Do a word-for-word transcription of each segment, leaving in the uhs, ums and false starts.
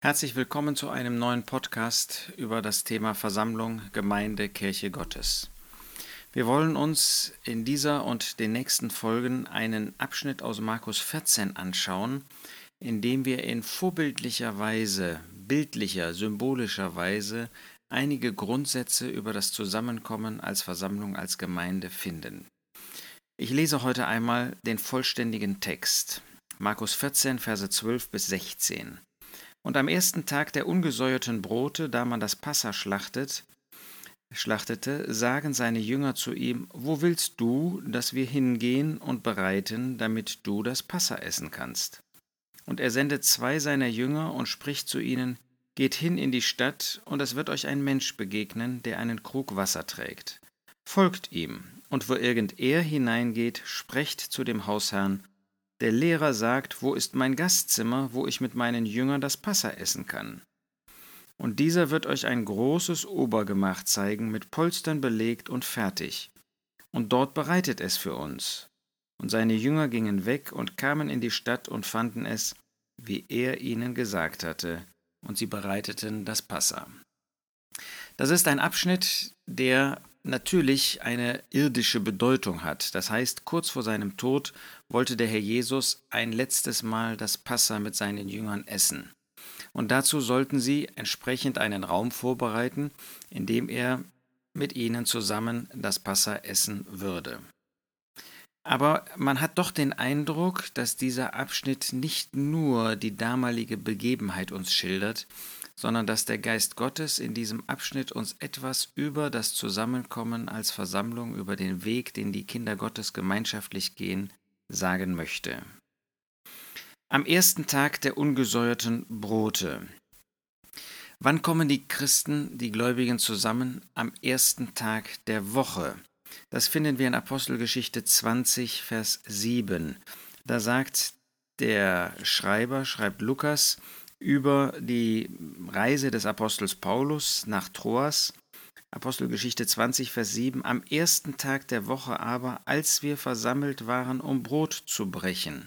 Herzlich willkommen zu einem neuen Podcast über das Thema Versammlung, Gemeinde, Kirche Gottes. Wir wollen uns in dieser und den nächsten Folgen einen Abschnitt aus Markus vierzehn anschauen, in dem wir in vorbildlicher Weise, bildlicher, symbolischer Weise einige Grundsätze über das Zusammenkommen als Versammlung, als Gemeinde finden. Ich lese heute einmal den vollständigen Text. Markus vierzehn, Verse zwölf bis sechzehn. Und am ersten Tag der ungesäuerten Brote, da man das Passa schlachtet, schlachtete, sagen seine Jünger zu ihm: Wo willst du, dass wir hingehen und bereiten, damit du das Passa essen kannst? Und er sendet zwei seiner Jünger und spricht zu ihnen: Geht hin in die Stadt, und es wird euch ein Mensch begegnen, der einen Krug Wasser trägt. Folgt ihm, und wo irgend er hineingeht, sprecht zu dem Hausherrn: Der Lehrer sagt, wo ist mein Gastzimmer, wo ich mit meinen Jüngern das Passa essen kann? Und dieser wird euch ein großes Obergemach zeigen, mit Polstern belegt und fertig. Und dort bereitet es für uns. Und seine Jünger gingen weg und kamen in die Stadt und fanden es, wie er ihnen gesagt hatte, und sie bereiteten das Passa. Das ist ein Abschnitt, der natürlich eine irdische Bedeutung hat. Das heißt, kurz vor seinem Tod wollte der Herr Jesus ein letztes Mal das Passa mit seinen Jüngern essen. Und dazu sollten sie entsprechend einen Raum vorbereiten, in dem er mit ihnen zusammen das Passa essen würde. Aber man hat doch den Eindruck, dass dieser Abschnitt nicht nur die damalige Begebenheit uns schildert, sondern dass der Geist Gottes in diesem Abschnitt uns etwas über das Zusammenkommen als Versammlung, über den Weg, den die Kinder Gottes gemeinschaftlich gehen, sagen möchte. Am ersten Tag der ungesäuerten Brote. Wann kommen die Christen, die Gläubigen zusammen? Am ersten Tag der Woche. Das finden wir in Apostelgeschichte zwanzig, Vers sieben. Da sagt der Schreiber, schreibt Lukas, über die Reise des Apostels Paulus nach Troas, Apostelgeschichte zwanzig, Vers sieben, am ersten Tag der Woche aber, als wir versammelt waren, um Brot zu brechen.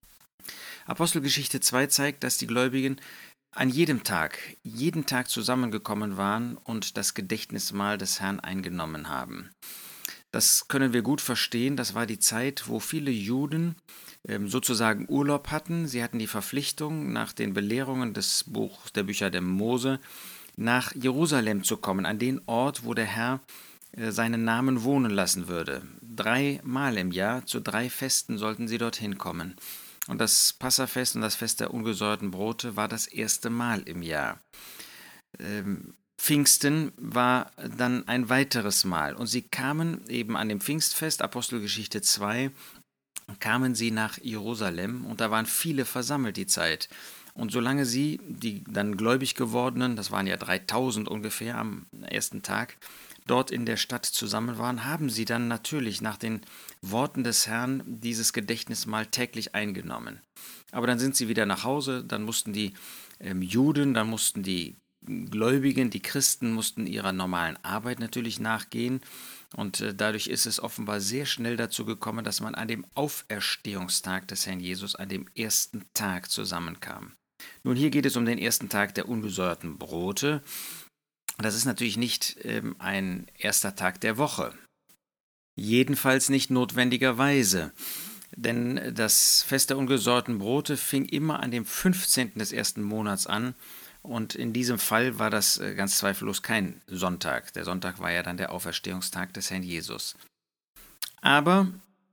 Apostelgeschichte zwei zeigt, dass die Gläubigen an jedem Tag, jeden Tag zusammengekommen waren und das Gedächtnismahl des Herrn eingenommen haben. Das können wir gut verstehen. Das war die Zeit, wo viele Juden ähm, sozusagen Urlaub hatten. Sie hatten die Verpflichtung, nach den Belehrungen des Buchs der Bücher der Mose nach Jerusalem zu kommen, an den Ort, wo der Herr äh, seinen Namen wohnen lassen würde. Dreimal im Jahr, zu drei Festen sollten sie dorthin kommen. Und das Passafest und das Fest der ungesäuerten Brote war das erste Mal im Jahr. Ähm, Pfingsten war dann ein weiteres Mal. Und sie kamen eben an dem Pfingstfest, Apostelgeschichte zwei, kamen sie nach Jerusalem und da waren viele versammelt die Zeit. Und solange sie, die dann gläubig gewordenen, das waren ja dreitausend ungefähr am ersten Tag, dort in der Stadt zusammen waren, haben sie dann natürlich nach den Worten des Herrn dieses Gedächtnismahl täglich eingenommen. Aber dann sind sie wieder nach Hause, dann mussten die ähm, Juden, dann mussten die Gläubigen, die Christen mussten ihrer normalen Arbeit natürlich nachgehen und äh, dadurch ist es offenbar sehr schnell dazu gekommen, dass man an dem Auferstehungstag des Herrn Jesus, an dem ersten Tag zusammenkam. Nun, hier geht es um den ersten Tag der ungesäuerten Brote. Das ist natürlich nicht ähm, ein erster Tag der Woche. Jedenfalls nicht notwendigerweise. Denn das Fest der ungesäuerten Brote fing immer an dem fünfzehnten des ersten Monats an. Und in diesem Fall war das ganz zweifellos kein Sonntag. Der Sonntag war ja dann der Auferstehungstag des Herrn Jesus. Aber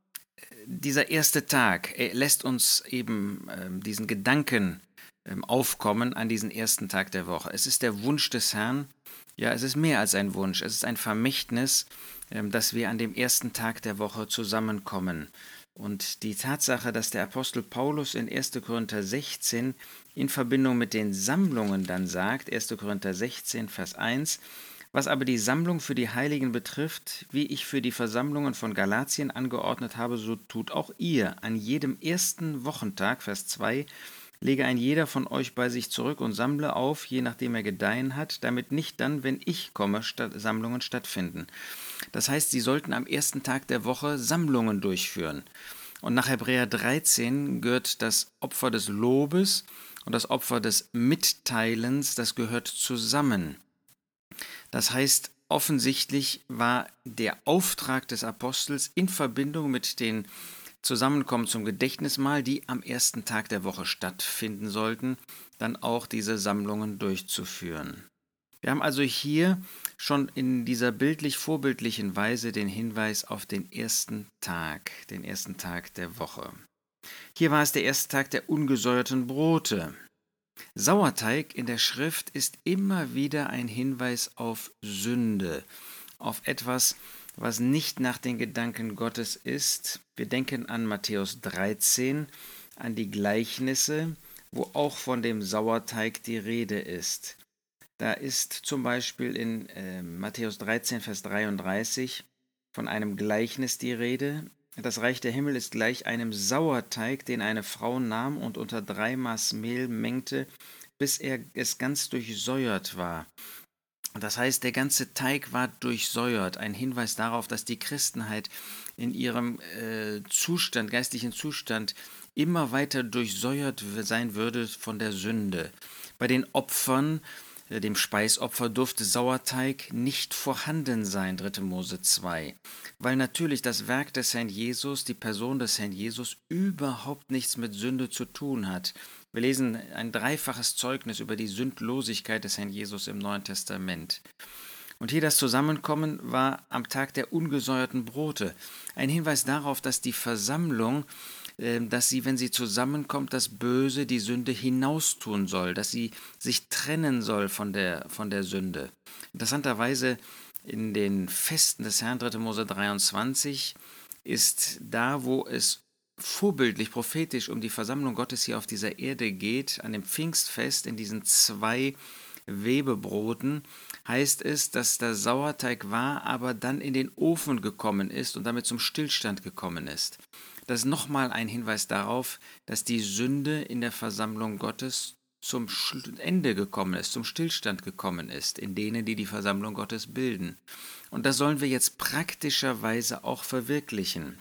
dieser erste Tag er lässt uns eben ähm, diesen Gedanken ähm, aufkommen an diesen ersten Tag der Woche. Es ist der Wunsch des Herrn, ja, es ist mehr als ein Wunsch, es ist ein Vermächtnis, ähm, dass wir an dem ersten Tag der Woche zusammenkommen. Und die Tatsache, dass der Apostel Paulus in erster Korinther sechzehn in Verbindung mit den Sammlungen dann sagt, erster Korinther sechzehn, Vers eins, was aber die Sammlung für die Heiligen betrifft, wie ich für die Versammlungen von Galatien angeordnet habe, so tut auch ihr an jedem ersten Wochentag, Vers zwei, lege ein jeder von euch bei sich zurück und sammle auf, je nachdem er gedeihen hat, damit nicht dann, wenn ich komme, statt Sammlungen stattfinden. Das heißt, sie sollten am ersten Tag der Woche Sammlungen durchführen. Und nach Hebräer dreizehn gehört das Opfer des Lobes und das Opfer des Mitteilens, das gehört zusammen. Das heißt, offensichtlich war der Auftrag des Apostels in Verbindung mit den Zusammenkommen zum Gedächtnismahl, die am ersten Tag der Woche stattfinden sollten, dann auch diese Sammlungen durchzuführen. Wir haben also hier schon in dieser bildlich-vorbildlichen Weise den Hinweis auf den ersten Tag, den ersten Tag der Woche. Hier war es der erste Tag der ungesäuerten Brote. Sauerteig in der Schrift ist immer wieder ein Hinweis auf Sünde, auf etwas, was nicht nach den Gedanken Gottes ist. Wir denken an Matthäus dreizehn, an die Gleichnisse, wo auch von dem Sauerteig die Rede ist. Da ist zum Beispiel in äh, Matthäus dreizehn, Vers dreiunddreißig von einem Gleichnis die Rede. Das Reich der Himmel ist gleich einem Sauerteig, den eine Frau nahm und unter drei Maß Mehl mengte, bis er es ganz durchsäuert war. Das heißt, der ganze Teig war durchsäuert, ein Hinweis darauf, dass die Christenheit in ihrem äh, Zustand, geistlichen Zustand, immer weiter durchsäuert sein würde von der Sünde. Bei den Opfern, äh, dem Speisopfer, durfte Sauerteig nicht vorhanden sein, dritte Mose zwei, weil natürlich das Werk des Herrn Jesus, die Person des Herrn Jesus, überhaupt nichts mit Sünde zu tun hat. Wir lesen ein dreifaches Zeugnis über die Sündlosigkeit des Herrn Jesus im Neuen Testament. Und hier das Zusammenkommen war am Tag der ungesäuerten Brote. Ein Hinweis darauf, dass die Versammlung, äh, dass sie, wenn sie zusammenkommt, das Böse, die Sünde hinaustun soll, dass sie sich trennen soll von der, von der Sünde. Interessanterweise in den Festen des Herrn, dritte Mose dreiundzwanzig, ist da, wo es vorbildlich, prophetisch um die Versammlung Gottes hier auf dieser Erde geht, an dem Pfingstfest in diesen zwei Webebroten, heißt es, dass der Sauerteig war, aber dann in den Ofen gekommen ist und damit zum Stillstand gekommen ist. Das ist nochmal ein Hinweis darauf, dass die Sünde in der Versammlung Gottes zum Ende gekommen ist, zum Stillstand gekommen ist, in denen, die die Versammlung Gottes bilden. Und das sollen wir jetzt praktischerweise auch verwirklichen.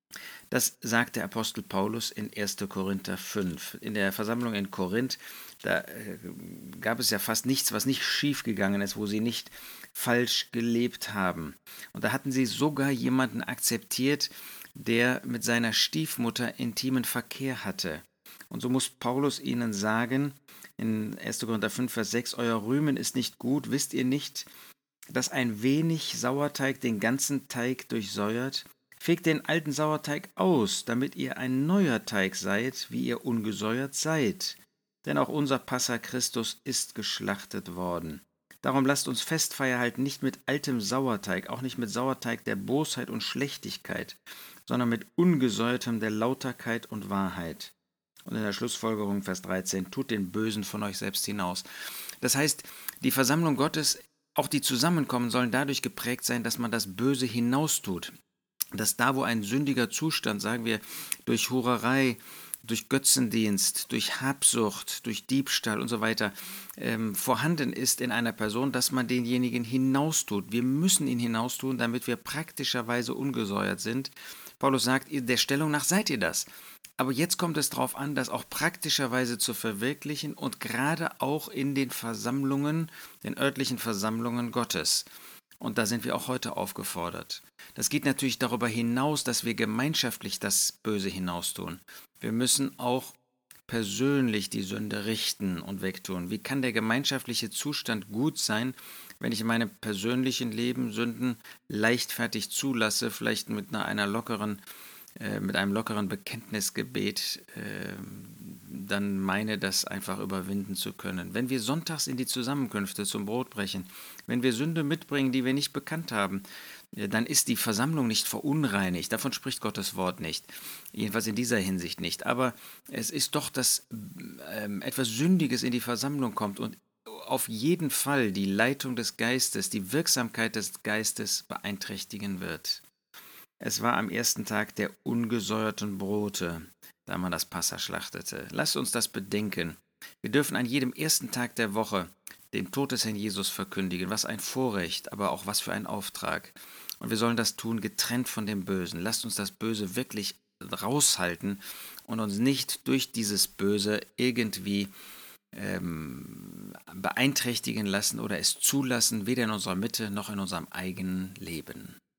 Das sagt der Apostel Paulus in erster Korinther fünf. In der Versammlung in Korinth, da äh, gab es ja fast nichts, was nicht schiefgegangen ist, wo sie nicht falsch gelebt haben. Und da hatten sie sogar jemanden akzeptiert, der mit seiner Stiefmutter intimen Verkehr hatte. Und so muss Paulus ihnen sagen, in erster Korinther fünf, Vers sechs, euer Rühmen ist nicht gut, wisst ihr nicht, dass ein wenig Sauerteig den ganzen Teig durchsäuert? Fegt den alten Sauerteig aus, damit ihr ein neuer Teig seid, wie ihr ungesäuert seid. Denn auch unser Passa Christus ist geschlachtet worden. Darum lasst uns Festfeier halten, nicht mit altem Sauerteig, auch nicht mit Sauerteig der Bosheit und Schlechtigkeit, sondern mit ungesäuertem der Lauterkeit und Wahrheit. Und in der Schlussfolgerung, Vers dreizehn, tut den Bösen von euch selbst hinaus. Das heißt, die Versammlung Gottes, auch die zusammenkommen, sollen dadurch geprägt sein, dass man das Böse hinaustut. Dass da, wo ein sündiger Zustand, sagen wir, durch Hurerei, durch Götzendienst, durch Habsucht, durch Diebstahl und so weiter ähm, vorhanden ist in einer Person, dass man denjenigen hinaustut. Wir müssen ihn hinaustun, damit wir praktischerweise ungesäuert sind. Paulus sagt, der Stellung nach seid ihr das. Aber jetzt kommt es darauf an, das auch praktischerweise zu verwirklichen und gerade auch in den Versammlungen, den örtlichen Versammlungen Gottes. Und da sind wir auch heute aufgefordert. Das geht natürlich darüber hinaus, dass wir gemeinschaftlich das Böse hinaustun. Wir müssen auch persönlich die Sünde richten und wegtun. Wie kann der gemeinschaftliche Zustand gut sein, wenn ich in meinem persönlichen Leben Sünden leichtfertig zulasse, vielleicht mit einer, einer lockeren, äh, mit einem lockeren Bekenntnisgebet, äh, dann meine, das einfach überwinden zu können. Wenn wir sonntags in die Zusammenkünfte zum Brotbrechen, wenn wir Sünde mitbringen, die wir nicht bekannt haben, dann ist die Versammlung nicht verunreinigt. Davon spricht Gottes Wort nicht. Jedenfalls in dieser Hinsicht nicht. Aber es ist doch, dass ähm, etwas Sündiges in die Versammlung kommt und auf jeden Fall die Leitung des Geistes, die Wirksamkeit des Geistes beeinträchtigen wird. Es war am ersten Tag der ungesäuerten Brote, da man das Passa schlachtete. Lasst uns das bedenken. Wir dürfen an jedem ersten Tag der Woche den Tod des Herrn Jesus verkündigen. Was ein Vorrecht, aber auch was für ein Auftrag. Und wir sollen das tun, getrennt von dem Bösen. Lasst uns das Böse wirklich raushalten und uns nicht durch dieses Böse irgendwie ähm, beeinträchtigen lassen oder es zulassen, weder in unserer Mitte noch in unserem eigenen Leben.